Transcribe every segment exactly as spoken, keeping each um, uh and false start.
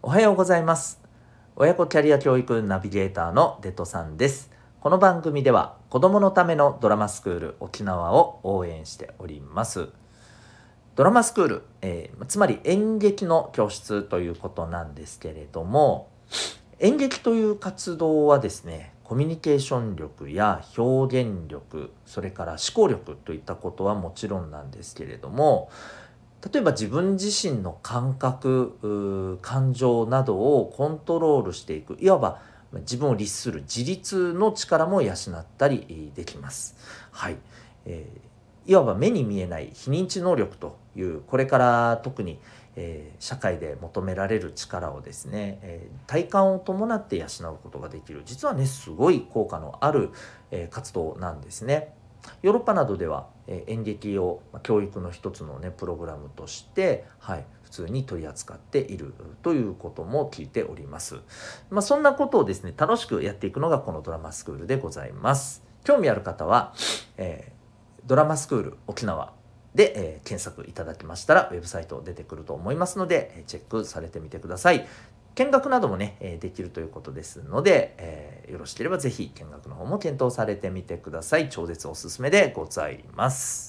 おはようございます。親子キャリア教育ナビゲーターのデトさんです。この番組では子供のためのドラマスクール沖縄を応援しております。ドラマスクール、えーつまり演劇の教室ということなんですけれども、演劇という活動はですね、コミュニケーション力や表現力、それから思考力といったことはもちろんなんですけれども、例えば自分自身の感覚、うー感情などをコントロールしていく、いわばまあ自分を律する自立の力も養ったりえーできます。はい、えーいわば目に見えない非認知能力という、これから特に、えー社会で求められる力をですね、えー体感を伴って養うことができる、実はねすごい効果のある、えー活動なんですね。ヨーロッパなどでは、えー演劇をまあ教育の一つのねプログラムとして、はい、普通に取り扱っているということも聞いております。まあ、そんなことをですね楽しくやっていくのがこのドラマスクールでございます。興味ある方は、えードラマスクール沖縄で、えー検索いただきましたらウェブサイト出てくると思いますので、えーチェックされてみてください。見学などもね、えーできるということですので、えーよろしければぜひ見学の方も検討されてみてください。超絶おすすめでございます。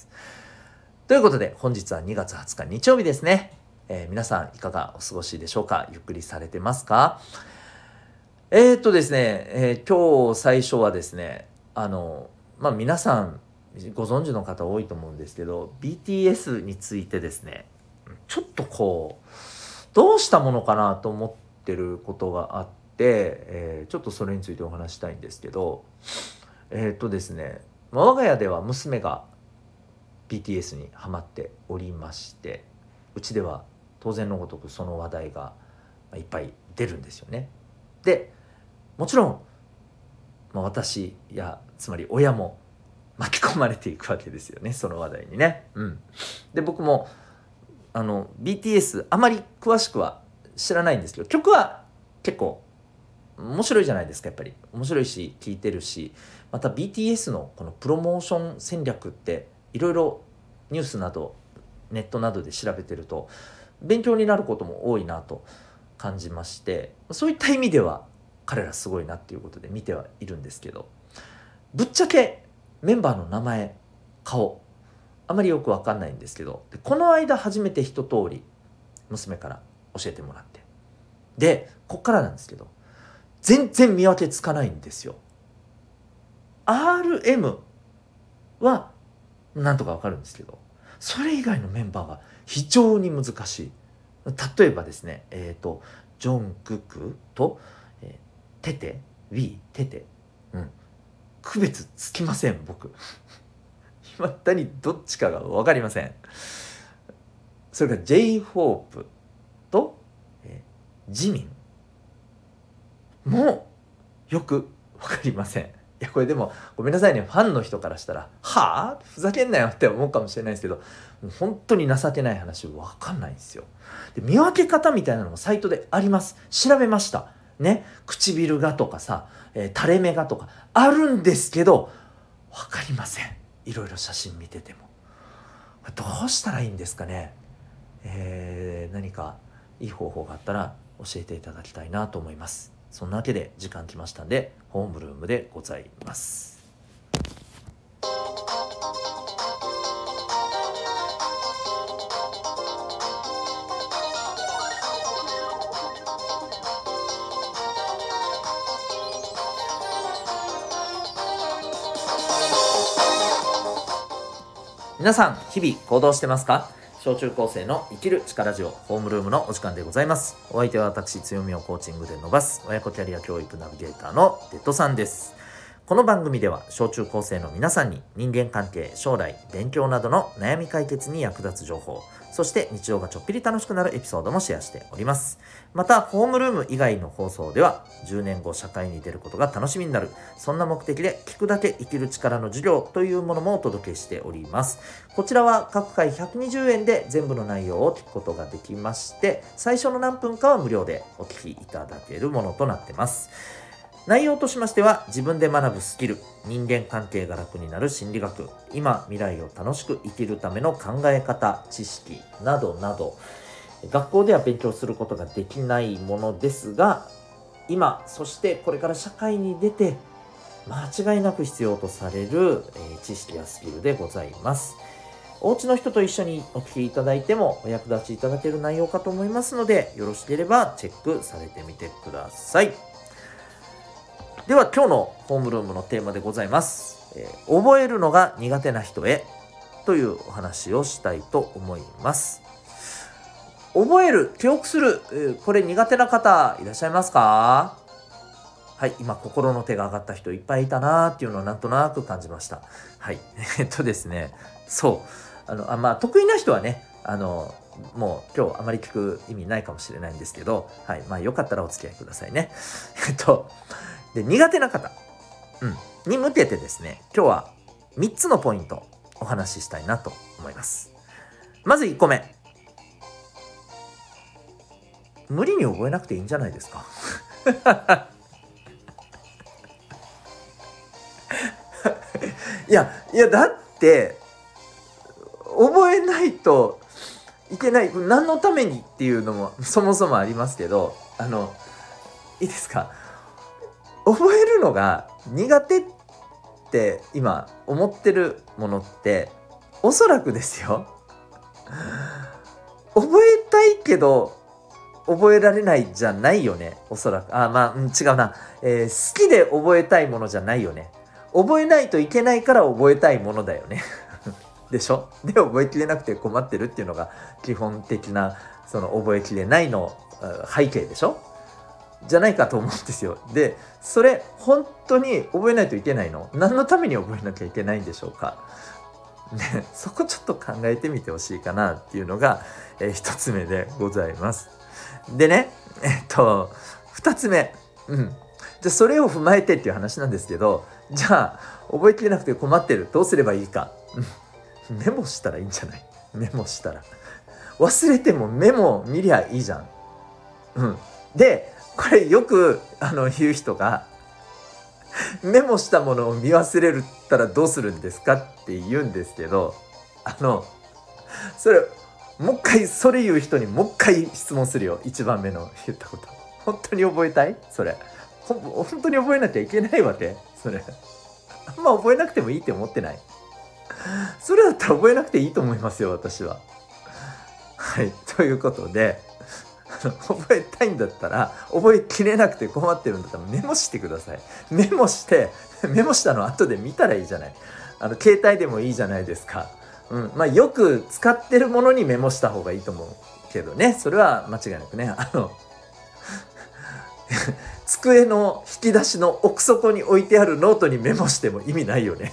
ということで本日はにがつはつか日曜日ですね。えー皆さんいかがお過ごしでしょうか。ゆっくりされてますか？えーっとですね、えー今日最初はですね、あの、まあ皆さんご存知の方多いと思うんですけど、ビーティーエス についてですね、ちょっとこう、どうしたものかなと思ってることがあって、えーちょっとそれについてお話したいんですけど、えーっとですね、まあ我が家では娘が ビーティーエス にハマっておりまして、うちでは当然のごとくその話題がまあいっぱい出るんですよね。で、もちろん、まあ、私やつまり親も巻き込まれていくわけですよね、その話題にね。うん、で僕もあの ビーティーエス あまり詳しくは知らないんですけど、曲は結構面白いじゃないですか。やっぱり面白いし聴いてるし、また ビーティーエス のこのプロモーション戦略っていろいろニュースなどネットなどで調べてると勉強になることも多いなと感じまして、そういった意味では彼らすごいなっていうことで見てはいるんですけど、ぶっちゃけメンバーの名前、顔あまりよくわかんないんですけど、でこの間初めて一通り娘から教えてもらって、でこっからなんですけど、全然見分けつかないんですよ。 アールエム はなんとかわかるんですけど、それ以外のメンバーが非常に難しい。例えばですね、えっ、とジョングクと、えーテテウィーテテ、うん、区別つきません僕。未だにどっちかが分かりません。それから J ホープと、えージミンもよく分かりません。いやこれでもごめんなさいね、ファンの人からしたらはあふざけんなよって思うかもしれないですけど、もう本当に情けない話分かんないんですよ。で見分け方みたいなのもサイトであります。調べましたね。唇がとかさ、えー垂れ目がとかあるんですけど分かりません。いろいろ写真見ててもどうしたらいいんですかね。えー何かいい方法があったら教えていただきたいなと思います。そんなわけで時間来ましたんでホームルームでございます。皆さん日々行動してますか？小中高生の生きる力ジオホームルームのお時間でございます。お相手は私、強みをコーチングで伸ばす親子キャリア教育ナビゲーターのデッドさんです。この番組では小中高生の皆さんに人間関係、将来、勉強などの悩み解決に役立つ情報、そして日常がちょっぴり楽しくなるエピソードもシェアしております。またホームルーム以外の放送ではじゅうねんご社会に出ることが楽しみになる、そんな目的で聞くだけ生きる力の授業というものもお届けしております。こちらは各回ひゃくにじゅうえんで全部の内容を聞くことができまして、最初の何分かは無料でお聞きいただけるものとなってます。内容としましては、自分で学ぶスキル、人間関係が楽になる心理学、今未来を楽しく生きるための考え方、知識などなど、 学校では勉強することができないものですが、今そしてこれから社会に出て間違いなく必要とされる、えー、知識やスキルでございます。お家の人と一緒にお聞きいただいてもお役立ちいただける内容かと思いますので、よろしければチェックされてみてください。では今日のホームルームのテーマでございます、えー、覚えるのが苦手な人へというお話をしたいと思います。覚える、記憶する、えー、これ苦手な方いらっしゃいますか？はい、今心の手が上がった人いっぱいいたなーっていうのをなんとなく感じました。はい、えっとですね、そうあのあまあ得意な人はね、あのもう今日あまり聞く意味ないかもしれないんですけど、はい、まあよかったらお付き合いくださいね。えっとで苦手な方、うん、に向けてですね、今日はみっつのポイントお話ししたいなと思います。まずいっこめ、無理に覚えなくていいんじゃないですか。いやいやだって覚えないといけない、何のためにっていうのもそもそもありますけど、あのいいですか、覚えるのが苦手って今思ってるものっておそらくですよ、覚えたいけど覚えられないじゃないよね、おそらく。あまあ、うん、違うな、えー、好きで覚えたいものじゃないよね。覚えないといけないから覚えたいものだよね。でしょ。で覚えきれなくて困ってるっていうのが基本的なその覚えきれないの背景でしょ、じゃないかと思うんですよ。でそれ本当に覚えないといけないの？何のために覚えなきゃいけないんでしょうかね、そこちょっと考えてみてほしいかなっていうのが、えー、一つ目でございます。でね、えっと二つ目、うん、じゃあそれを踏まえてっていう話なんですけど、じゃあ覚えきれなくて困ってる、どうすればいいか、うん、メモしたらいいんじゃない？メモしたら忘れてもメモ見りゃいいじゃん。うん、でこれよくあの言う人がメモしたものを見忘れるったらどうするんですかって言うんですけど、あのそれもう一回それ言う人にもう一回質問するよ。一番目の言ったこと本当に覚えたい？それほ本当に覚えなきゃいけないわけ？それあんま覚えなくてもいいって思ってない？それだったら覚えなくていいと思いますよ、私は。はい、ということで覚えたいんだったら、覚えきれなくて困ってるんだったらメモしてください。メモしてメモしたの後で見たらいいじゃない。あの携帯でもいいじゃないですか。うん、まあよく使ってるものにメモした方がいいと思うけどね、それは間違いなくね、あの机の引き出しの奥底に置いてあるノートにメモしても意味ないよね。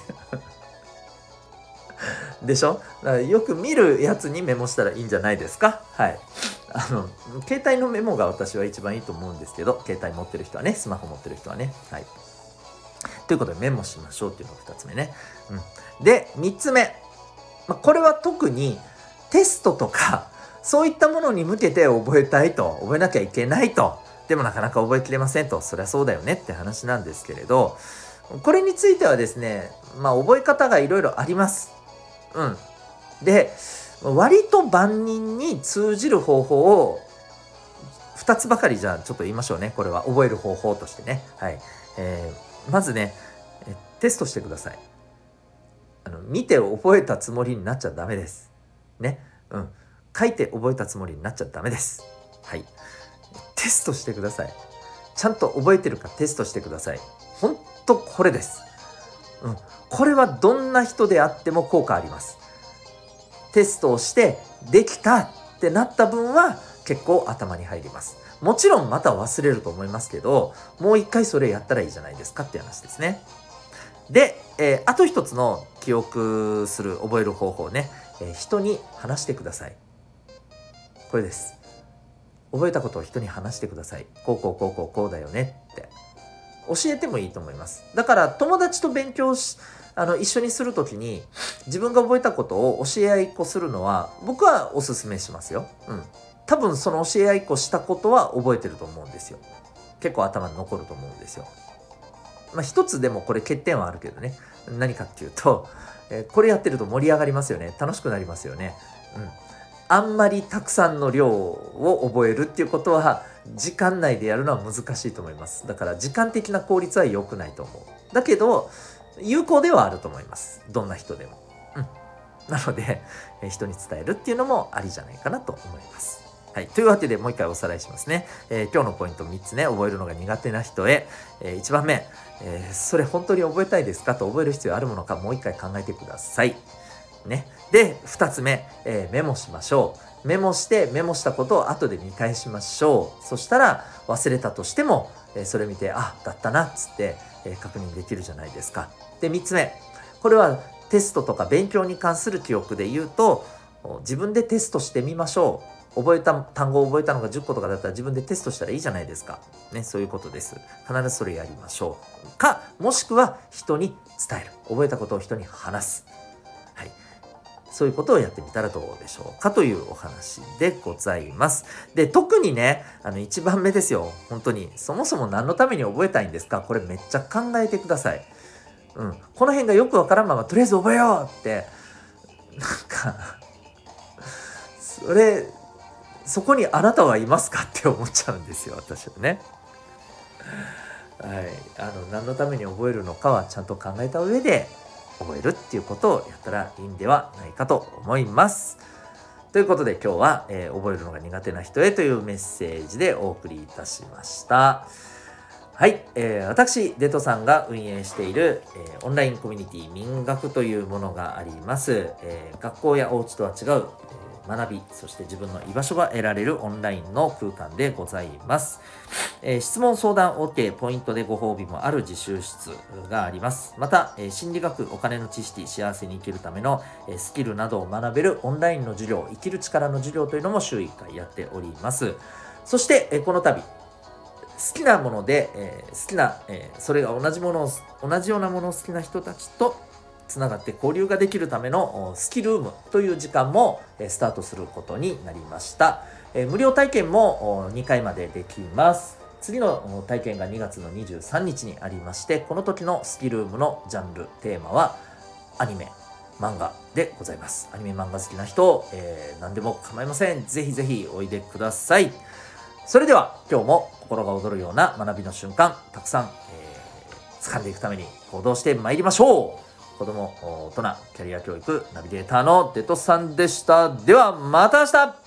でしょ。だからよく見るやつにメモしたらいいんじゃないですか。はい。あの携帯のメモが私は一番いいと思うんですけど、携帯持ってる人はね、スマホ持ってる人はね、はい。ということでメモしましょうっていうのがふたつめね。うん、でみっつめ、まあ、これは特にテストとかそういったものに向けて覚えたいと、覚えなきゃいけないと、でもなかなか覚えきれませんと、そりゃそうだよねって話なんですけれど、これについてはですね、まあ覚え方がいろいろあります。うん。で割と万人に通じる方法をふたつばかりじゃあちょっと言いましょうね。これは覚える方法としてね。はい。えー、まずね、テストしてください。あの見て覚えたつもりになっちゃダメです。ね。うん。書いて覚えたつもりになっちゃダメです。はい。テストしてください。ちゃんと覚えてるかテストしてください。ほんとこれです。うん。これはどんな人であっても効果あります。テストをしてできたってなった分は結構頭に入ります。もちろんまた忘れると思いますけど、もう一回それやったらいいじゃないですかって話ですね。で、えー、あと一つの記憶する、覚える方法ね、えー、人に話してください。これです。覚えたことを人に話してください。こうこうこうこうこうだよねって教えてもいいと思います。だから友達と勉強しあの一緒にするときに自分が覚えたことを教え合いっこするのは僕はおすすめしますよ。うん。多分その教え合いっこしたことは覚えてると思うんですよ。結構頭に残ると思うんですよ。まあ一つでもこれ欠点はあるけどね。何かっていうと、えー、これやってると盛り上がりますよね。楽しくなりますよね。うん。 あんまりたくさんの量を覚えるっていうことは時間内でやるのは難しいと思います。だから時間的な効率は良くないと思う。だけど有効ではあると思います。どんな人でも。うん。なので人に伝えるっていうのもありじゃないかなと思います。はい。というわけでもう一回おさらいしますね。えー、今日のポイントみっつね、覚えるのが苦手な人へ。えー、いちばんめ、えー、それ本当に覚えたいですかと、覚える必要あるものかもう一回考えてください。ね。で、ふたつめ、えー、メモしましょう。メモしてメモしたことを後で見返しましょう。そしたら忘れたとしても、えー、それ見て、あ、だったなっつって、えー、確認できるじゃないですか。で、みっつめ、これはテストとか勉強に関する記憶で言うと、自分でテストしてみましょう。覚えた単語を覚えたのがじゅっことかだったら自分でテストしたらいいじゃないですか。ね、そういうことです。必ずそれやりましょう。か、もしくは人に伝える。覚えたことを人に話す。はい。そういうことをやってみたらどうでしょうかというお話でございます。で、特にね、あのいちばんめですよ。本当に。そもそも何のために覚えたいんですか？これめっちゃ考えてください。うん。この辺がよくわからんまま、とりあえず覚えようって、なんか、それ、そこにあなたはいますかって思っちゃうんですよ、私はね。はい。あの、何のために覚えるのかはちゃんと考えた上で覚えるっていうことをやったらいいんではないかと思います。ということで今日は、えー、覚えるのが苦手な人へというメッセージでお送りいたしました。はい、えー、私デトさんが運営している、えー、オンラインコミュニティ民学というものがあります。えー、学校やお家とは違う、えー、学び、そして自分の居場所が得られるオンラインの空間でございます。えー、質問相談 OK、ポイントでご褒美もある自習室があります。また、えー、心理学、お金の知識、幸せに生きるための、えー、スキルなどを学べるオンラインの授業、生きる力の授業というのも週いっかいやっております。そして、えー、この度好きなもので、えー、好きな、えー、それが同じものを同じようなものを好きな人たちとつながって交流ができるためのスキルームという時間も、えー、スタートすることになりました。えー、無料体験もにかいまでできます。次の体験がにがつのにじゅうさんにちにありまして、この時のスキルームのジャンルテーマはアニメ漫画でございます。アニメ漫画好きな人、えー、何でも構いません。ぜひぜひおいでください。それでは今日も心が躍るような学びの瞬間たくさん、えー、掴んでいくために行動してまいりましょう。子供、大人、キャリア教育ナビゲーターのデトさんでした。ではまた明日。